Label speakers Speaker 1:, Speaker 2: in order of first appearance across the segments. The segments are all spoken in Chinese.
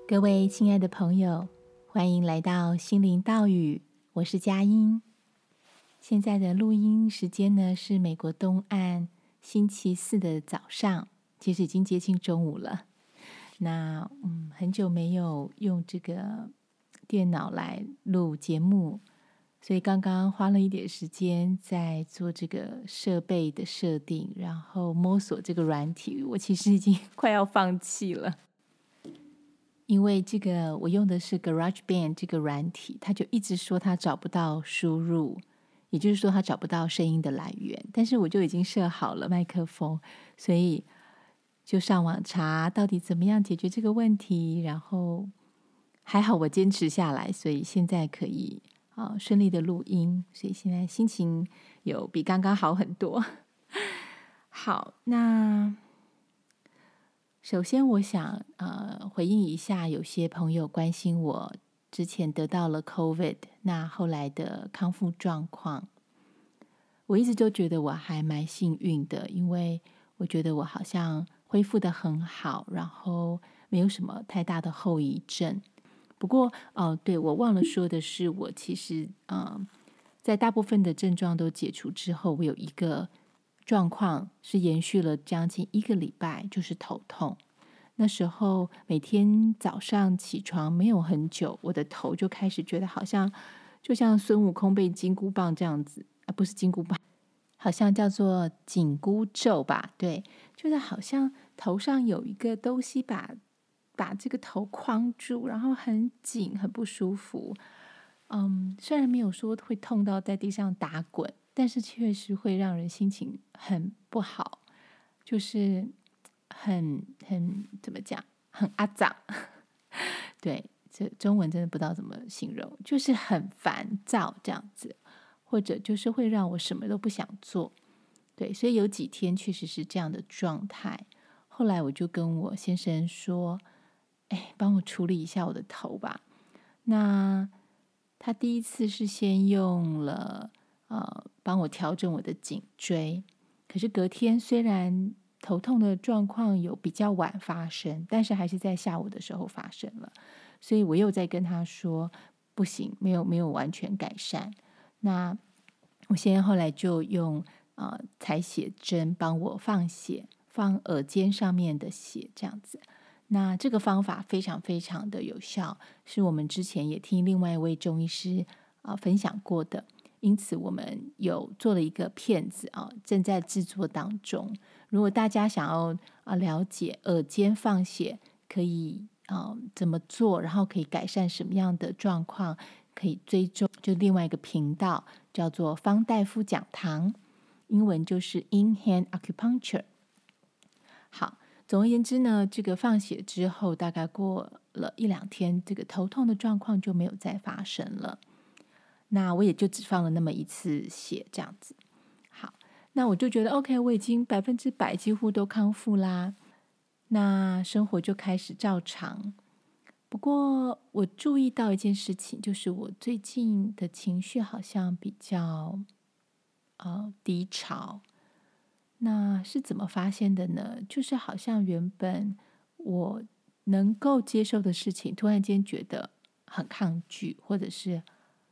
Speaker 1: 各位亲爱的朋友，欢迎来到心灵道语，我是佳音。现在的录音时间呢是美国东岸星期四的早上，其实已经接近中午了。那很久没有用这个电脑来录节目，所以刚刚花了一点时间在做这个设备的设定，然后摸索这个软体，我其实已经快要放弃了。因为这个我用的是 GarageBand 这个软体，它就一直说它找不到输入，也就是说它找不到声音的来源，但是我就已经设好了麦克风，所以就上网查到底怎么样解决这个问题，然后还好我坚持下来，所以现在可以顺利的录音，所以现在心情有比刚刚好很多。好，那首先我想回应一下有些朋友关心我之前得到了 COVID， 那后来的康复状况。我一直都觉得我还蛮幸运的，因为我觉得我好像恢复得很好，然后没有什么太大的后遗症。不过对，我忘了说的是，我其实在大部分的症状都解除之后，我有一个状况是延续了将近1个礼拜，就是头痛。那时候每天早上起床没有很久，我的头就开始觉得好像就像孙悟空被金箍棒这样子，不是金箍棒，好像叫做紧箍咒吧？对，就是好像头上有一个东西把这个头框住，然后很紧，很不舒服。虽然没有说会痛到在地上打滚，但是确实会让人心情很不好，就是很怎么讲，很阿杂。对，这中文真的不知道怎么形容，就是很烦躁这样子，或者就是会让我什么都不想做。对，所以有几天确实是这样的状态。后来我就跟我先生说：“帮我处理一下我的头吧。”那他第一次是先用了帮我调整我的颈椎，可是隔天虽然头痛的状况有比较晚发生，但是还是在下午的时候发生了，所以我又在跟他说不行，没有完全改善。那我先生后来就用采血针帮我放血，放耳尖上面的血这样子。那这个方法非常非常的有效，是我们之前也听另外一位中医师分享过的，因此我们有做了一个片子正在制作当中。如果大家想要了解耳尖放血可以怎么做，然后可以改善什么样的状况，可以追踪就另外一个频道叫做方大夫讲堂，英文就是 In Hand Acupuncture。 好，总而言之呢，这个放血之后大概过了1-2天，这个头痛的状况就没有再发生了。那我也就只放了那么一次血这样子。好，那我就觉得 OK， 我已经100%几乎都康复啦，那生活就开始照常。不过我注意到一件事情，就是我最近的情绪好像比较低潮。那是怎么发现的呢？就是好像原本我能够接受的事情，突然间觉得很抗拒，或者是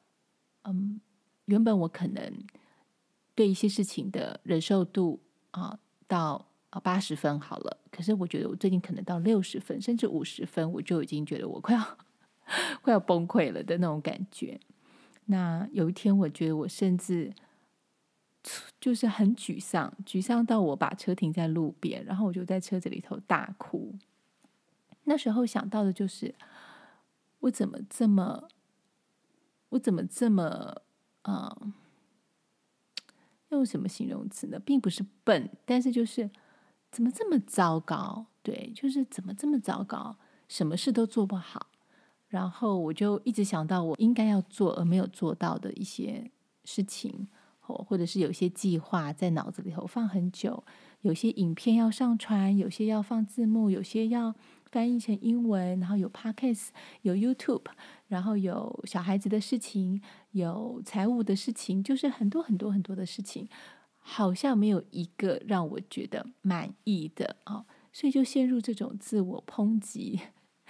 Speaker 1: 原本我可能对一些事情的忍受度到80分好了，可是我觉得我最近可能到60分甚至50分，我就已经觉得我快要快要崩溃了的那种感觉。那有一天我觉得我甚至就是很沮丧，沮丧到我把车停在路边，然后我就在车子里头大哭。那时候想到的就是我怎么这么用什么形容词呢？并不是笨，但是就是怎么这么糟糕？对，就是怎么这么糟糕，什么事都做不好。然后我就一直想到我应该要做而没有做到的一些事情，或者是有些计划在脑子里头放很久，有些影片要上传，有些要放字幕，有些要翻译成英文，然后有 Podcast， 有 YouTube， 然后有小孩子的事情，有财务的事情，就是很多很多很多的事情，好像没有一个让我觉得满意的所以就陷入这种自我抨击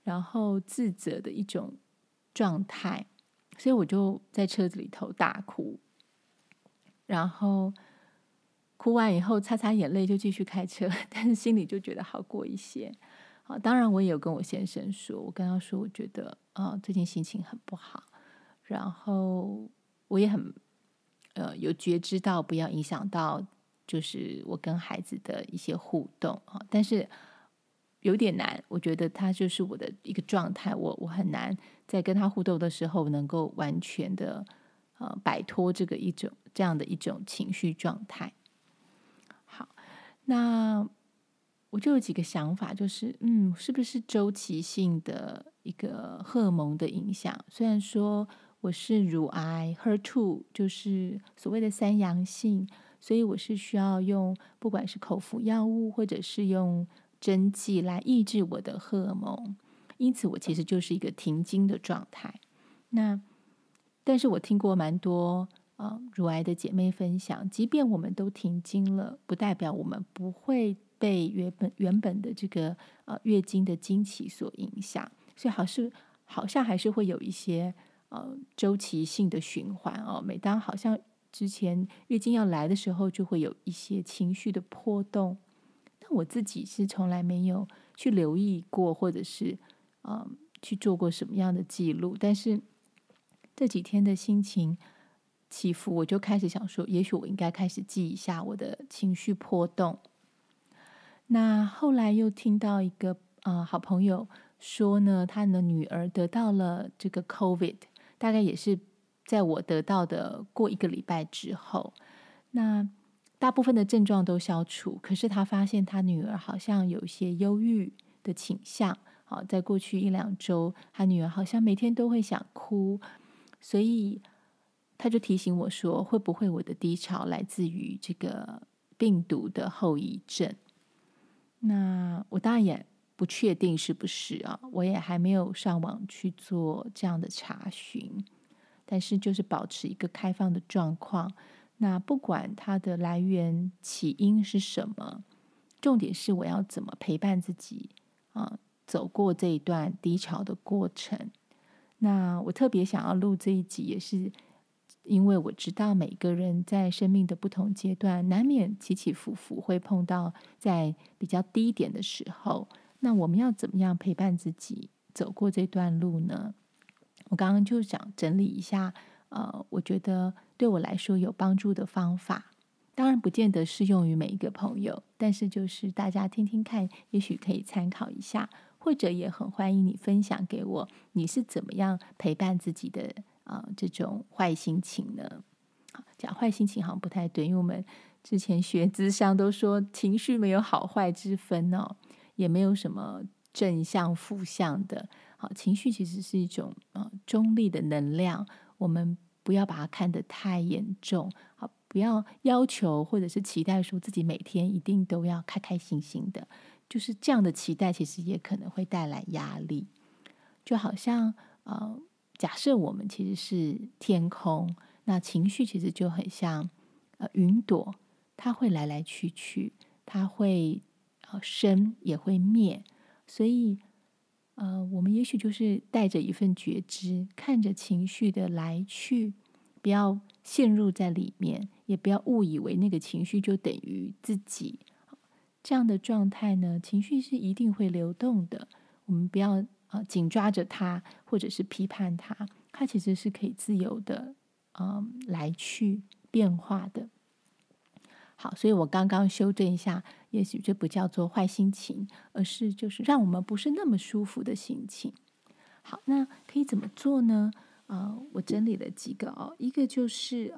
Speaker 1: 然后自责的一种状态，所以我就在车子里头大哭，然后哭完以后擦擦眼泪就继续开车，但是心里就觉得好过一些。好，当然我也有跟我先生说，我跟他说我觉得最近心情很不好，然后我也很有觉知到不要影响到就是我跟孩子的一些互动啊，但是有点难，我觉得他就是我的一个状态，我很难在跟他互动的时候能够完全的摆脱这样的一种情绪状态。好，那我就有几个想法，就是是不是周期性的一个荷尔蒙的影响？虽然说我是乳癌 HER2，就是所谓的三阳性，所以我是需要用不管是口服药物或者是用针剂来抑制我的荷尔蒙，因此我其实就是一个停经的状态。那但是我听过蛮多乳癌的姐妹分享，即便我们都停经了，不代表我们不会被原本的这个月经的经期所影响，所以好像还是会有一些周期性的循环哦。每当好像之前月经要来的时候，就会有一些情绪的波动。那我自己是从来没有去留意过，或者是去做过什么样的记录，但是这几天的心情起伏，我就开始想说，也许我应该开始记一下我的情绪波动。那后来又听到一个好朋友说呢，他的女儿得到了这个 COVID，大概也是在我得到的过1个礼拜之后，那大部分的症状都消除，可是他发现他女儿好像有一些忧郁的倾向。好，在过去1-2周，他女儿好像每天都会想哭，所以他就提醒我说，会不会我的低潮来自于这个病毒的后遗症？那我当然也不确定是不是啊，我也还没有上网去做这样的查询，但是就是保持一个开放的状况。那不管它的来源起因是什么，重点是我要怎么陪伴自己走过这一段低潮的过程。那我特别想要录这一集，也是因为我知道每个人在生命的不同阶段，难免起起伏伏，会碰到在比较低点的时候。那我们要怎么样陪伴自己走过这段路呢？我刚刚就想整理一下，我觉得对我来说有帮助的方法。当然不见得适用于每一个朋友，但是就是大家听听看，也许可以参考一下，或者也很欢迎你分享给我，你是怎么样陪伴自己的这种坏心情呢？讲坏心情好像不太对，因为我们之前学咨商都说情绪没有好坏之分哦，也没有什么正向负向的。好，情绪其实是一种中立的能量，我们不要把它看得太严重。好，不要要求或者是期待说自己每天一定都要开开心心的，就是这样的期待其实也可能会带来压力。就好像假设我们其实是天空，那情绪其实就很像云朵，它会来来去去，它会生也会灭，所以我们也许就是带着一份觉知，看着情绪的来去，不要陷入在里面，也不要误以为那个情绪就等于自己。这样的状态呢，情绪是一定会流动的，我们不要紧抓着它，或者是批判它，它其实是可以自由的来去变化的。好，所以我刚刚修正一下，也许这不叫做坏心情，而是就是让我们不是那么舒服的心情。好，那可以怎么做呢？我整理了几个哦，一个就是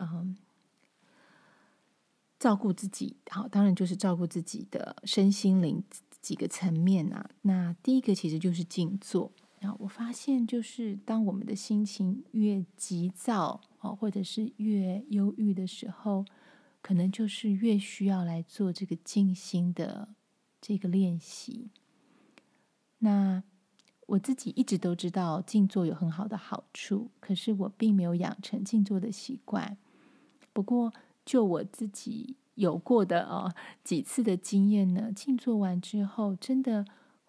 Speaker 1: 照顾自己，好，当然就是照顾自己的身心灵几个层面啊。那第一个其实就是静坐。我发现就是当我们的心情越急躁或者是越忧郁的时候，可能就是越需要来做这个静心的这个练习。那我自己一直都知道静坐有很好的好处，可是我并没有养成静坐的习惯。不过就我自己有过的几次的经验呢，静坐完之后，真的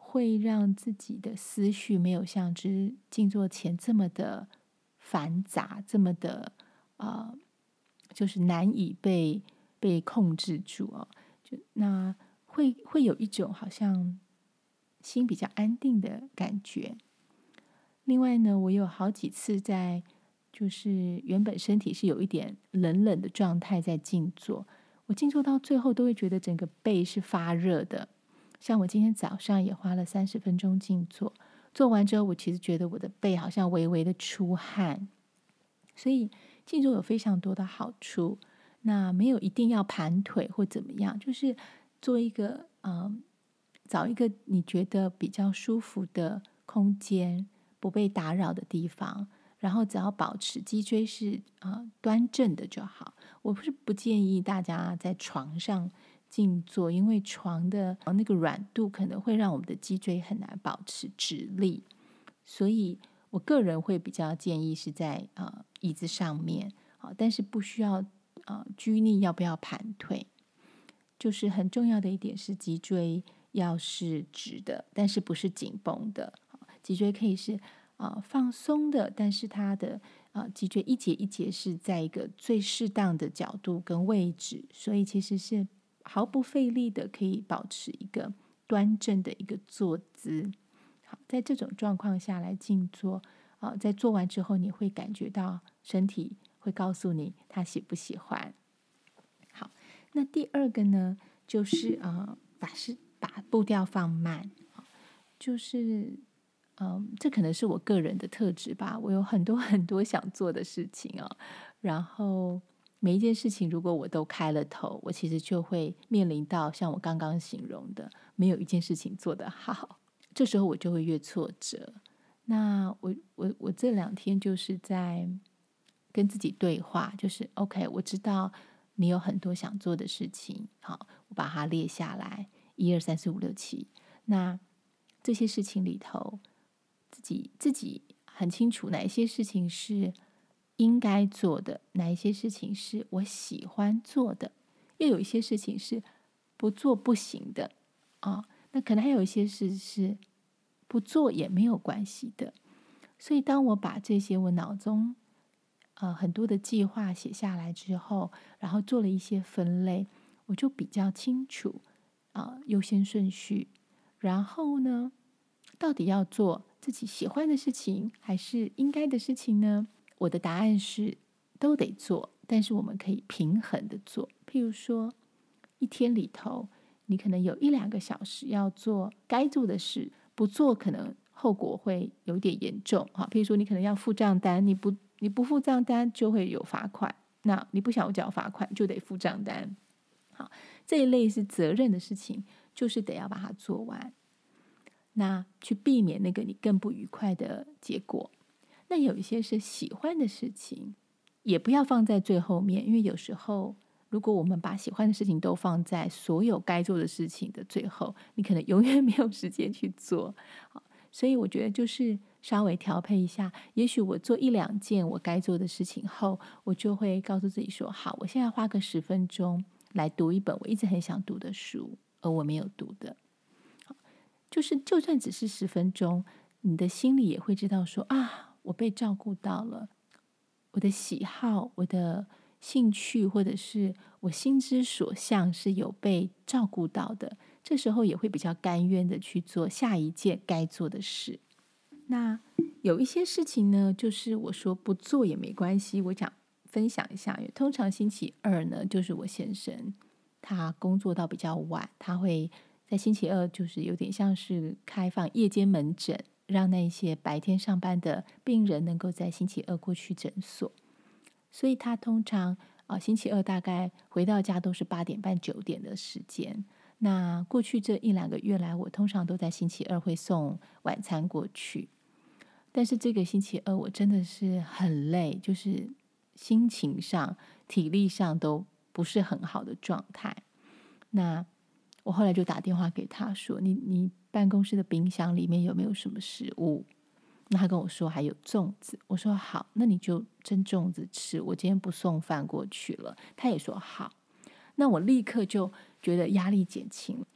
Speaker 1: 会让自己的思绪没有像静坐前这么的繁杂，这么的就是难以被控制住哦。那会有一种好像心比较安定的感觉。另外呢，我有好几次就是原本身体是有一点冷冷的状态在静坐，我静坐到最后都会觉得整个背是发热的。像我今天早上也花了30分钟静坐，做完之后我其实觉得我的背好像微微的出汗。所以静坐有非常多的好处，那没有一定要盘腿或怎么样，就是做一个找一个你觉得比较舒服的空间，不被打扰的地方，然后只要保持脊椎是端正的就好。我不建议大家在床上静坐，因为床的那个软度可能会让我们的脊椎很难保持直立，所以我个人会比较建议是在椅子上面，但是不需要拘泥要不要盘腿。就是很重要的一点是脊椎要是直的，但是不是紧绷的。脊椎可以是放松的，但是它的脊椎一节一节是在一个最适当的角度跟位置，所以其实是毫不费力的可以保持一个端正的一个坐姿。好，在这种状况下来静坐，在做完之后你会感觉到身体会告诉你他喜不喜欢。好，那第二个呢，就是把步调放慢，就是这可能是我个人的特质吧。我有很多很多想做的事情哦，然后每一件事情如果我都开了头，我其实就会面临到像我刚刚形容的，没有一件事情做得好，这时候我就会越挫折。那我这2天就是在跟自己对话，就是 OK， 我知道你有很多想做的事情，好，我把它列下来，1、2、3、4、5、6、7。那这些事情里头，自己很清楚哪一些事情是应该做的，哪一些事情是我喜欢做的，又有一些事情是不做不行的那可能还有一些事是不做也没有关系的。所以当我把这些我脑中很多的计划写下来之后，然后做了一些分类，我就比较清楚优先顺序。然后呢，到底要做自己喜欢的事情还是应该的事情呢？我的答案是都得做，但是我们可以平衡的做。譬如说，一天里头，你可能有1、2个小时要做该做的事，不做可能后果会有点严重譬如说，你可能要付账单，你不付账单就会有罚款，那你不想缴罚款就得付账单。好，这一类是责任的事情，就是得要把它做完，那去避免那个你更不愉快的结果。那有一些是喜欢的事情，也不要放在最后面，因为有时候如果我们把喜欢的事情都放在所有该做的事情的最后，你可能永远没有时间去做。所以我觉得就是稍微调配一下，也许我做1、2件我该做的事情后，我就会告诉自己说，好，我现在花个10分钟来读一本我一直很想读的书，而我没有读的。就算只是10分钟，你的心里也会知道说我被照顾到了，我的喜好、我的兴趣或者是我心之所向是有被照顾到的，这时候也会比较甘愿的去做下一件该做的事。那有一些事情呢，就是我说不做也没关系，我想分享一下。因为通常星期2呢，就是我先生他工作到比较晚，他会在星期2就是有点像是开放夜间门诊，让那些白天上班的病人能够在星期2过去诊所。所以他通常星期2大概回到家都是8点半、9点的时间。那过去这1、2个月来，我通常都在星期2会送晚餐过去。但是这个星期2我真的是很累，就是心情上、体力上都不是很好的状态。那我后来就打电话给他说，你办公室的冰箱里面有没有什么食物？那他跟我说还有粽子。我说好，那你就蒸粽子吃，我今天不送饭过去了。他也说好，那我立刻就觉得压力减轻了。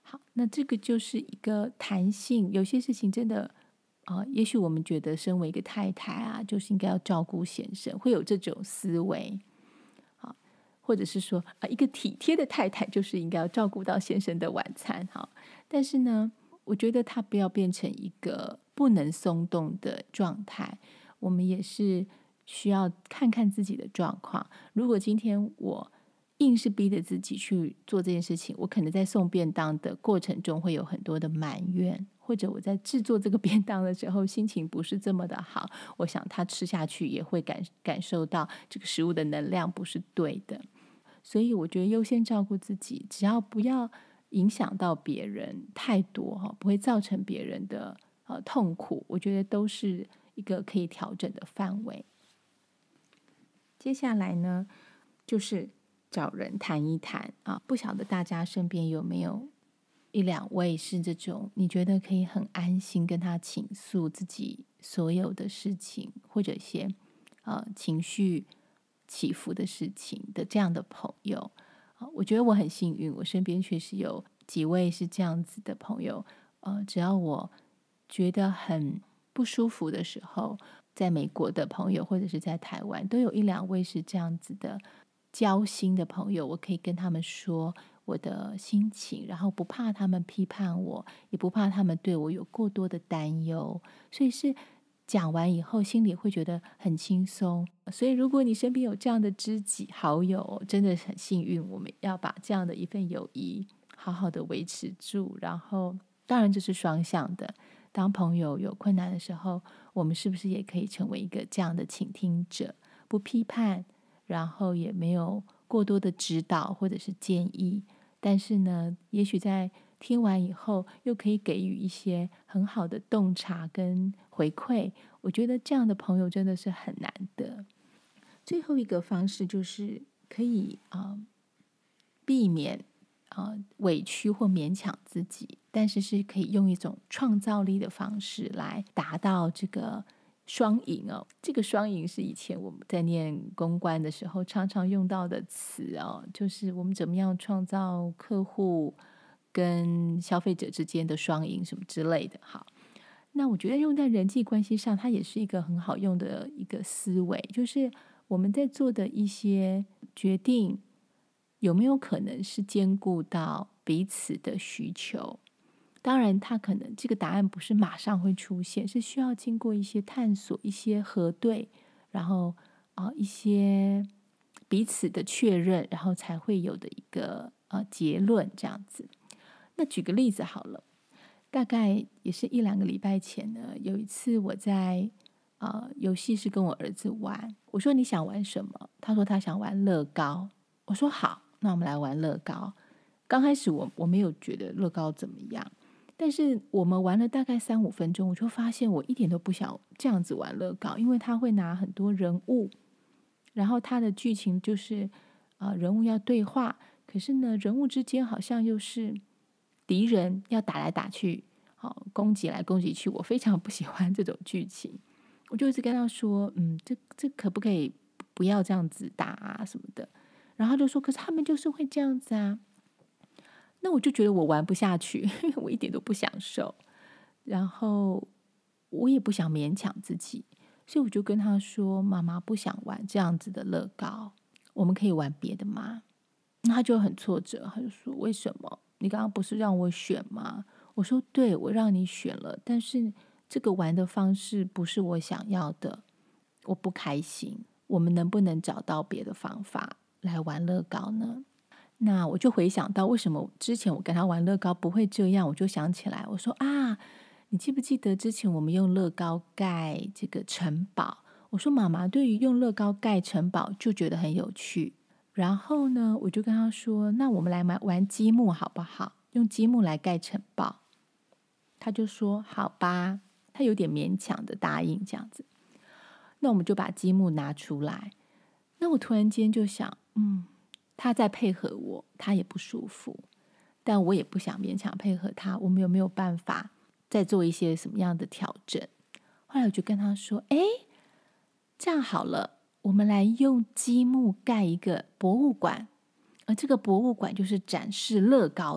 Speaker 1: 好，那这个就是一个弹性，有些事情真的也许我们觉得身为一个太太啊，就是应该要照顾先生，会有这种思维。好，或者是说一个体贴的太太就是应该要照顾到先生的晚餐。好，但是呢，我觉得它不要变成一个不能松动的状态。我们也是需要看看自己的状况。如果今天我硬是逼着自己去做这件事情，我可能在送便当的过程中会有很多的埋怨，或者我在制作这个便当的时候心情不是这么的好，我想他吃下去也会感受到这个食物的能量不是对的。所以我觉得优先照顾自己，只要不要影响到别人太多，不会造成别人的痛苦，我觉得都是一个可以调整的范围。接下来呢，就是找人谈一谈啊，不晓得大家身边有没有一两位是这种你觉得可以很安心跟他倾诉自己所有的事情，或者一些情绪起伏的事情的这样的朋友。我觉得我很幸运，我身边确实有几位是这样子的朋友。只要我觉得很不舒服的时候，在美国的朋友或者是在台湾，都有一两位是这样子的交心的朋友，我可以跟他们说我的心情，然后不怕他们批判我，也不怕他们对我有过多的担忧，所以是讲完以后心里会觉得很轻松。所以如果你身边有这样的知己好友，真的很幸运，我们要把这样的一份友谊好好的维持住。然后当然这是双向的，当朋友有困难的时候，我们是不是也可以成为一个这样的倾听者，不批判，然后也没有过多的指导或者是建议，但是呢，也许在听完以后又可以给予一些很好的洞察跟回馈。我觉得这样的朋友真的是很难得。最后一个方式就是可以避免委屈或勉强自己，但是是可以用一种创造力的方式来达到这个双赢哦。这个双赢是以前我们在念公关的时候常常用到的词哦，就是我们怎么样创造客户跟消费者之间的双赢什么之类的。好，那我觉得用在人际关系上，它也是一个很好用的一个思维，就是我们在做的一些决定，有没有可能是兼顾到彼此的需求？当然，它可能这个答案不是马上会出现，是需要经过一些探索、一些核对，然后一些彼此的确认，然后才会有的一个结论这样子。那举个例子好了，大概也是一两个礼拜前呢，有一次我在游戏室跟我儿子玩，我说你想玩什么？他说他想玩乐高。我说好，那我们来玩乐高。刚开始我没有觉得乐高怎么样，但是我们玩了大概3-5分钟，我就发现我一点都不想这样子玩乐高，因为他会拿很多人物，然后他的剧情就是人物要对话，可是呢人物之间好像又是敌人，要打来打去，攻击来攻击去，我非常不喜欢这种剧情。我就一直跟他说这可不可以不要这样子打啊什么的，然后他就说可是他们就是会这样子啊。那我就觉得我玩不下去，我一点都不享受，然后我也不想勉强自己，所以我就跟他说妈妈不想玩这样子的乐高，我们可以玩别的吗？那他就很挫折，他就说为什么？你刚刚不是让我选吗？我说对，我让你选了，但是这个玩的方式不是我想要的，我不开心，我们能不能找到别的方法来玩乐高呢？那我就回想到为什么之前我跟他玩乐高不会这样，我就想起来，我说你记不记得之前我们用乐高盖这个城堡？我说妈妈对于用乐高盖城堡就觉得很有趣，然后呢我就跟他说那我们来玩积木好不好？用积木来盖城堡。他就说好吧，他有点勉强的答应这样子。那我们就把积木拿出来，那我突然间就想他在配合我，他也不舒服，但我也不想勉强配合他，我们有没有办法再做一些什么样的调整？后来我就跟他说这样好了，我们来用积木盖一个博物馆，而这个博物馆就是展示乐高的，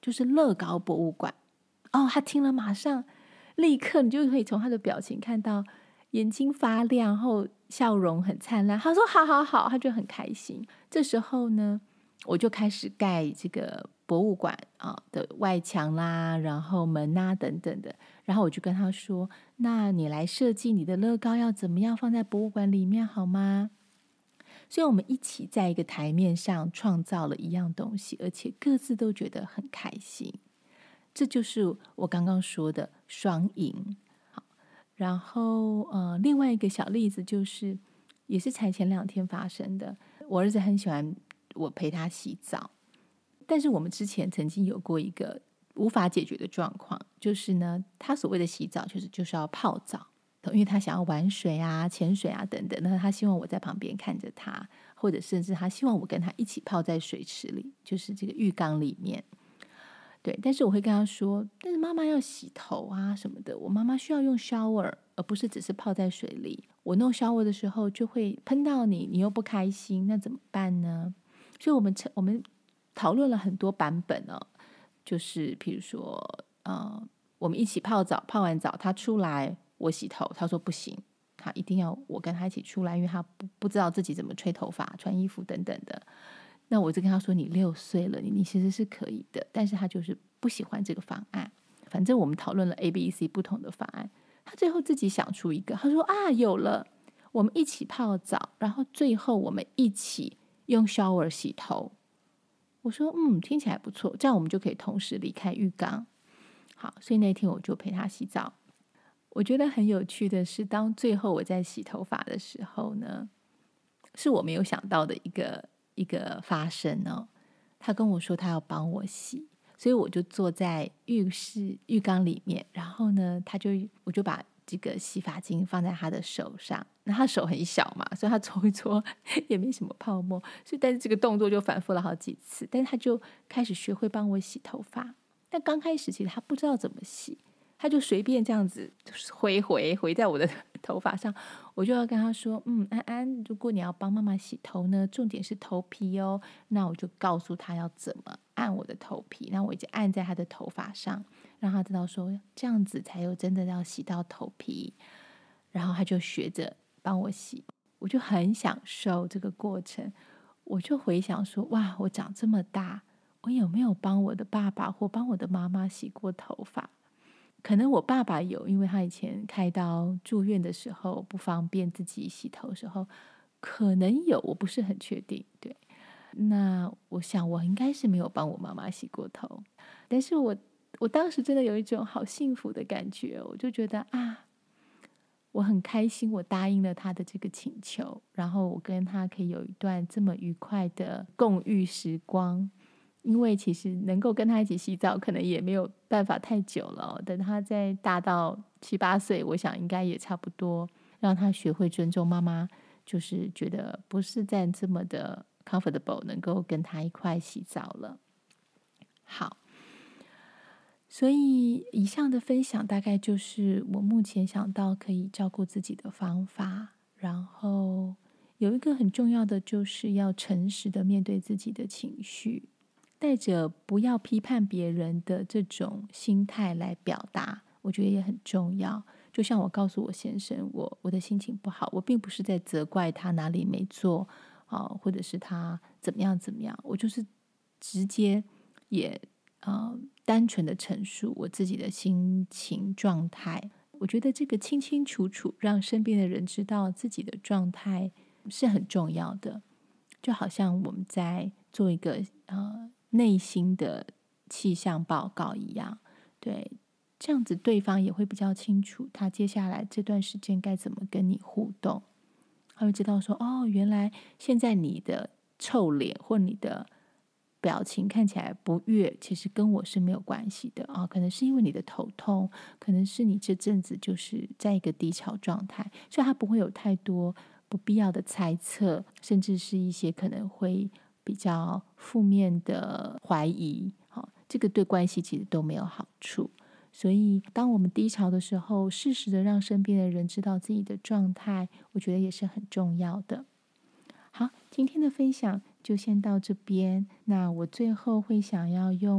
Speaker 1: 就是乐高博物馆。哦，他听了马上立刻你就可以从他的表情看到眼睛发亮，然后笑容很灿烂。他说好好好，他就很开心。这时候呢，我就开始盖这个博物馆的外墙啦，然后门啊等等的。然后我就跟他说，那你来设计你的乐高要怎么样放在博物馆里面好吗？所以我们一起在一个台面上创造了一样东西，而且各自都觉得很开心。这就是我刚刚说的双赢。好，然后另外一个小例子就是，也是才前2天发生的。我儿子很喜欢我陪他洗澡，但是我们之前曾经有过一个无法解决的状况，就是呢，他所谓的洗澡就是要泡澡，因为他想要玩水啊、潜水啊等等，那他希望我在旁边看着他，或者甚至他希望我跟他一起泡在水池里，就是这个浴缸里面。对，但是我会跟他说，但是妈妈要洗头啊什么的，我妈妈需要用 shower， 而不是只是泡在水里。我弄 shower 的时候就会喷到你，你又不开心，那怎么办呢？所以我们讨论了很多版本哦，就是比如说我们一起泡澡，泡完澡他出来我洗头，他说不行，他一定要我跟他一起出来，因为他不知道自己怎么吹头发、穿衣服等等的。那我就跟他说，你6岁了，你其实是可以的，但是他就是不喜欢这个方案。反正我们讨论了 A、B、C 不同的方案，他最后自己想出一个，他说有了，我们一起泡澡，然后最后我们一起用 shower 洗头。我说听起来不错，这样我们就可以同时离开浴缸。好，所以那天我就陪他洗澡。我觉得很有趣的是，当最后我在洗头发的时候呢，是我没有想到的一个发生哦。他跟我说他要帮我洗，所以我就坐在浴缸里面，然后呢，我就把这个洗发精放在他的手上。那他手很小嘛，所以他搓一搓也没什么泡沫，但是这个动作就反复了好几次。但是他就开始学会帮我洗头发。但刚开始其实他不知道怎么洗，他就随便这样子回在我的头发上。我就要跟他说，安安，如果你要帮妈妈洗头呢，重点是头皮哦。那我就告诉他要怎么按我的头皮，那我已经按在他的头发上，让他知道说这样子才有真的要洗到头皮。然后他就学着帮我洗，我就很享受这个过程。我就回想说，哇，我长这么大，我有没有帮我的爸爸或帮我的妈妈洗过头发？可能我爸爸有，因为他以前开刀住院的时候不方便自己洗头的时候，可能有，我不是很确定。对，那我想我应该是没有帮我妈妈洗过头，但是我当时真的有一种好幸福的感觉，我就觉得我很开心，我答应了他的这个请求，然后我跟他可以有一段这么愉快的共浴时光。因为其实能够跟他一起洗澡，可能也没有办法太久了哦。等他再大到7、8岁，我想应该也差不多，让他学会尊重妈妈，就是觉得不是再这么的 comfortable，能够跟他一块洗澡了。好，所以以上的分享大概就是我目前想到可以照顾自己的方法。然后有一个很重要的，就是要诚实的面对自己的情绪。带着不要批判别人的这种心态来表达，我觉得也很重要。就像我告诉我先生，我的心情不好，我并不是在责怪他哪里没做或者是他怎么样怎么样，我就是直接也单纯的陈述我自己的心情状态。我觉得这个清清楚楚让身边的人知道自己的状态是很重要的。就好像我们在做一个内心的气象报告一样，对，这样子对方也会比较清楚，他接下来这段时间该怎么跟你互动。他会知道说，原来现在你的臭脸或你的表情看起来不悦，其实跟我是没有关系的可能是因为你的头痛，可能是你这阵子就是在一个低潮状态，所以他不会有太多不必要的猜测，甚至是一些可能会比较负面的怀疑。这个对关系其实都没有好处。所以当我们低潮的时候，适时的让身边的人知道自己的状态，我觉得也是很重要的。好，今天的分享就先到这边。那我最后会想要用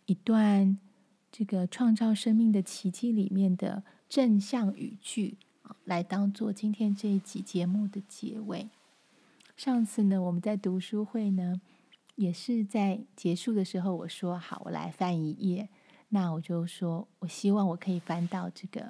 Speaker 1: 一段这个创造生命的奇迹里面的正向语句来当做今天这一集节目的结尾。上次呢，我们在读书会呢，也是在结束的时候，我说好，我来翻一页。那我就说，我希望我可以翻到这个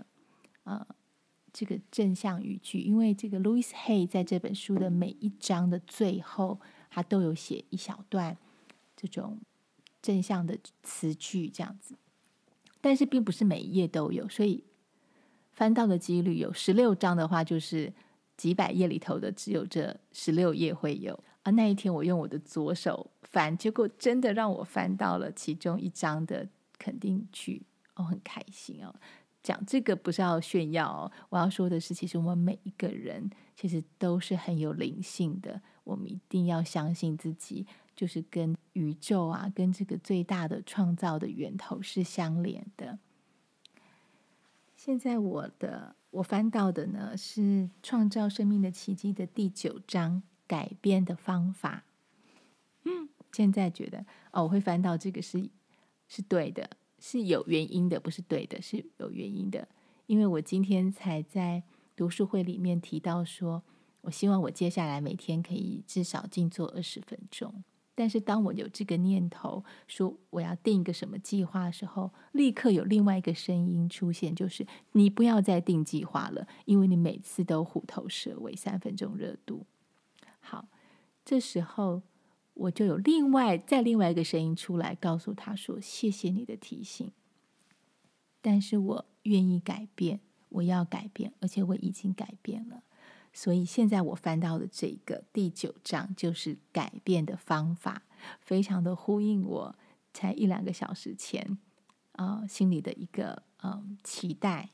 Speaker 1: 正向语句，因为这个 Louise Hay 在这本书的每一章的最后，他都有写一小段这种正向的词句，这样子。但是并不是每一页都有，所以翻到的几率有16章的话，就是几百页里头的只有这16页会有。那一天我用我的左手翻，结果真的让我翻到了其中一章的肯定句，很开心哦。讲这个不是要炫耀哦，我要说的是，其实我们每一个人其实都是很有灵性的，我们一定要相信自己，就是跟宇宙啊，跟这个最大的创造的源头是相连的。现在我翻到的呢是《创造生命的奇迹》的第9章，改变的方法。现在觉得我会翻到这个是对的，是有原因的，不是对的，是有原因的。因为我今天才在读书会里面提到说，我希望我接下来每天可以至少静坐20分钟。但是当我有这个念头说我要定一个什么计划的时候，立刻有另外一个声音出现，就是你不要再定计划了，因为你每次都虎头蛇尾，3分钟热度。好，这时候我就有另外一个声音出来告诉他说，谢谢你的提醒，但是我愿意改变，我要改变，而且我已经改变了。所以现在我翻到的这个第9章就是改变的方法，非常的呼应我才1-2个小时前心里的一个期待。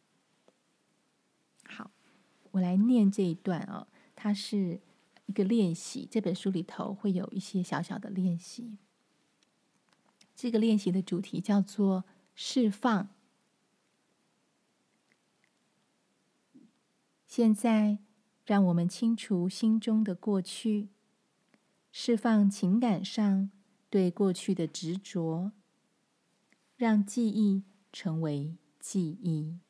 Speaker 1: 好，我来念这一段它是一个练习，这本书里头会有一些小小的练习。这个练习的主题叫做释放。现在让我们清除心中的过去，释放情感上对过去的执着，让记忆成为记忆。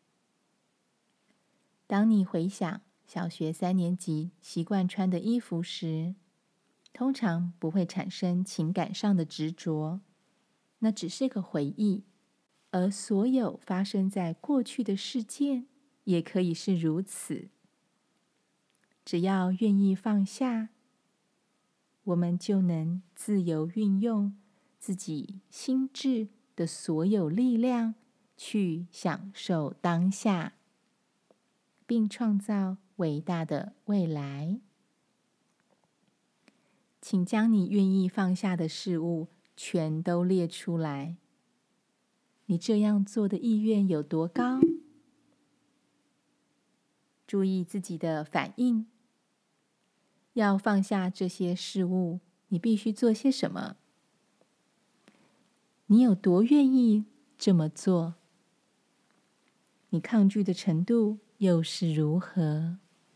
Speaker 1: 当你回想小学3年级习惯穿的衣服时，通常不会产生情感上的执着，那只是个回忆，而所有发生在过去的事件也可以是如此。只要愿意放下，我们就能自由运用自己心智的所有力量，去享受当下，并创造伟大的未来。请将你愿意放下的事物全都列出来。你这样做的意愿有多高？注意自己的反应。要放下这些事物，你必须做些什么？你有多愿意这么做？你抗拒的程度又是如何？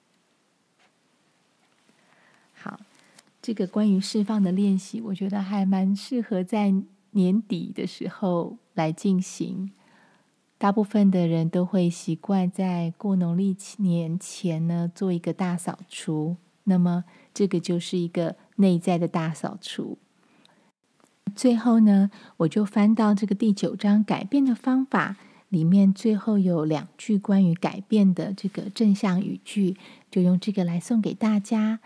Speaker 1: 好，这个关于释放的练习，我觉得还蛮适合在年底的时候来进行。大部分的人都会习惯在过农历年前呢做一个大扫除，那么这个就是一个内在的大扫除。最后呢，我就翻到这个第9章改变的方法里面，最后有2句关于改变的这个正向语句，就用这个来送给大家。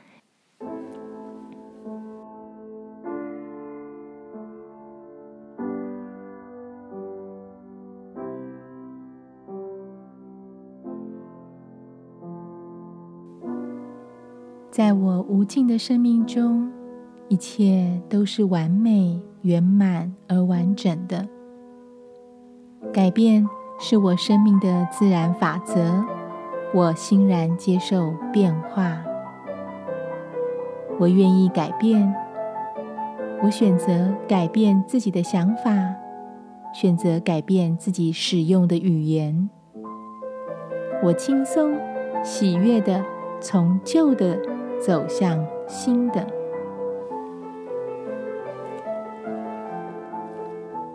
Speaker 1: 在我无尽的生命中，一切都是完美、圆满而完整的。改变是我生命的自然法则，我欣然接受变化。我愿意改变，我选择改变自己的想法，选择改变自己使用的语言。我轻松、喜悦地从旧的走向新的。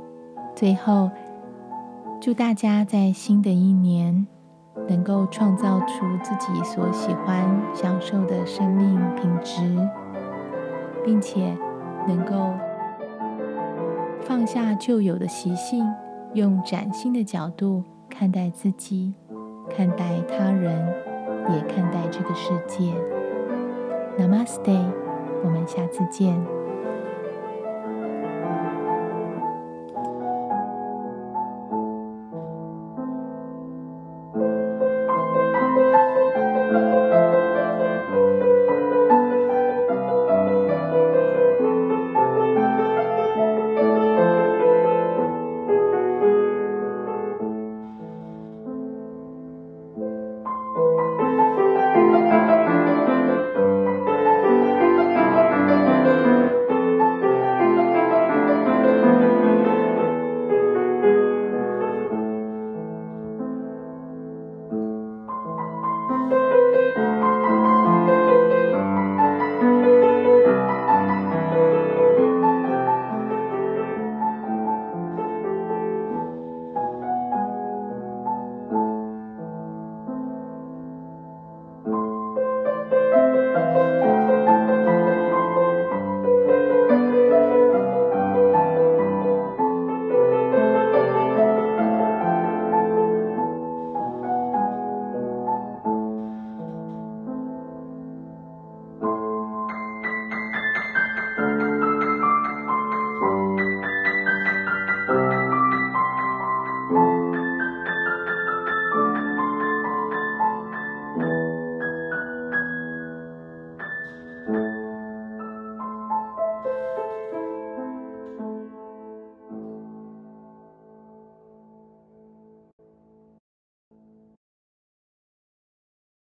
Speaker 1: 最后，祝大家在新的一年能够创造出自己所喜欢、享受的生命品质，并且能够放下旧有的习性，用崭新的角度看待自己，看待他人，也看待这个世界。Namaste，我们下次见。